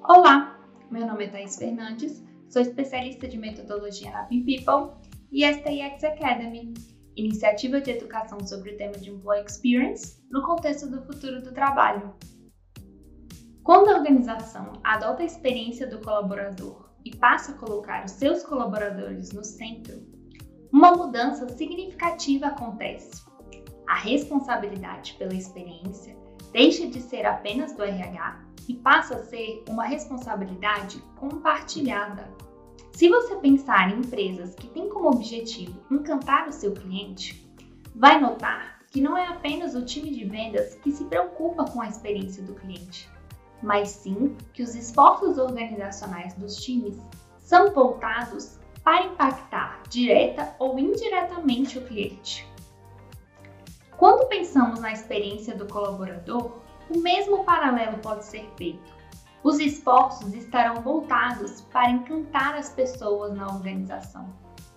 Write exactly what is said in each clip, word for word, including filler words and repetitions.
Olá, meu nome é Thaís Fernandes, sou especialista de metodologia na Pin People e esta é a E X Academy, iniciativa de educação sobre o tema de Employee Experience no contexto do futuro do trabalho. Quando a organização adota a experiência do colaborador e passa a colocar os seus colaboradores no centro, uma mudança significativa acontece. A responsabilidade pela experiência deixa de ser apenas do R H e passa a ser uma responsabilidade compartilhada. Se você pensar em empresas que têm como objetivo encantar o seu cliente, vai notar que não é apenas o time de vendas que se preocupa com a experiência do cliente, mas sim que os esforços organizacionais dos times são voltados para impactar direta ou indiretamente o cliente. Quando pensamos na experiência do colaborador, o mesmo paralelo pode ser feito. Os esforços estarão voltados para encantar as pessoas na organização.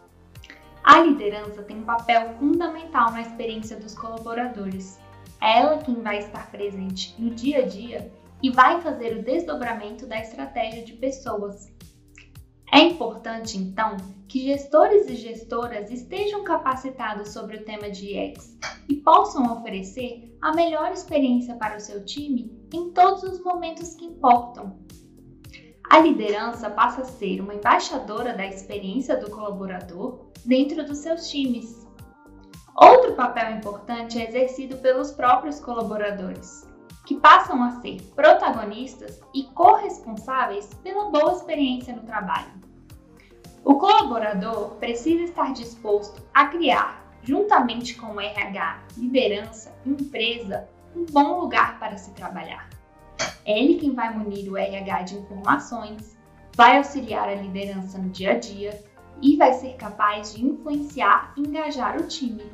A liderança tem um papel fundamental na experiência dos colaboradores. É ela quem vai estar presente no dia a dia e vai fazer o desdobramento da estratégia de pessoas. É importante, então, que gestores e gestoras estejam capacitados sobre o tema de U X e possam oferecer a melhor experiência para o seu time em todos os momentos que importam. A liderança passa a ser uma embaixadora da experiência do colaborador dentro dos seus times. Outro papel importante é exercido pelos próprios colaboradores, que passam a ser protagonistas e corresponsáveis pela boa experiência no trabalho. O colaborador precisa estar disposto a criar, juntamente com o R H, liderança e empresa, um bom lugar para se trabalhar. É ele quem vai munir o R H de informações, vai auxiliar a liderança no dia a dia e vai ser capaz de influenciar e engajar o time.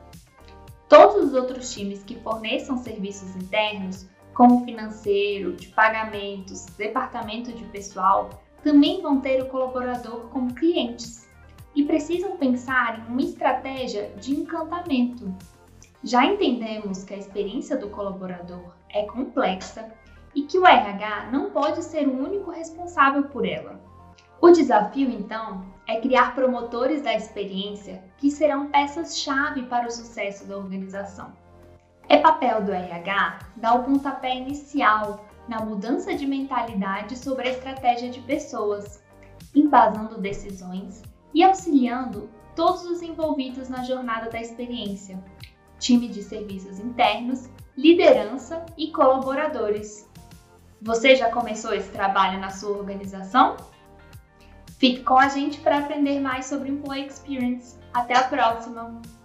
Todos os outros times que forneçam serviços internos, como financeiro, de pagamentos, departamento de pessoal, também vão ter o colaborador como clientes e precisam pensar em uma estratégia de encantamento. Já entendemos que a experiência do colaborador é complexa e que o R H não pode ser o único responsável por ela. O desafio, então, é criar promotores da experiência que serão peças-chave para o sucesso da organização. É papel do R H dar o pontapé inicial na mudança de mentalidade sobre a estratégia de pessoas, embasando decisões e auxiliando todos os envolvidos na jornada da experiência, time de serviços internos, liderança e colaboradores. Você já começou esse trabalho na sua organização? Fique com a gente para aprender mais sobre Employee Experience. Até a próxima!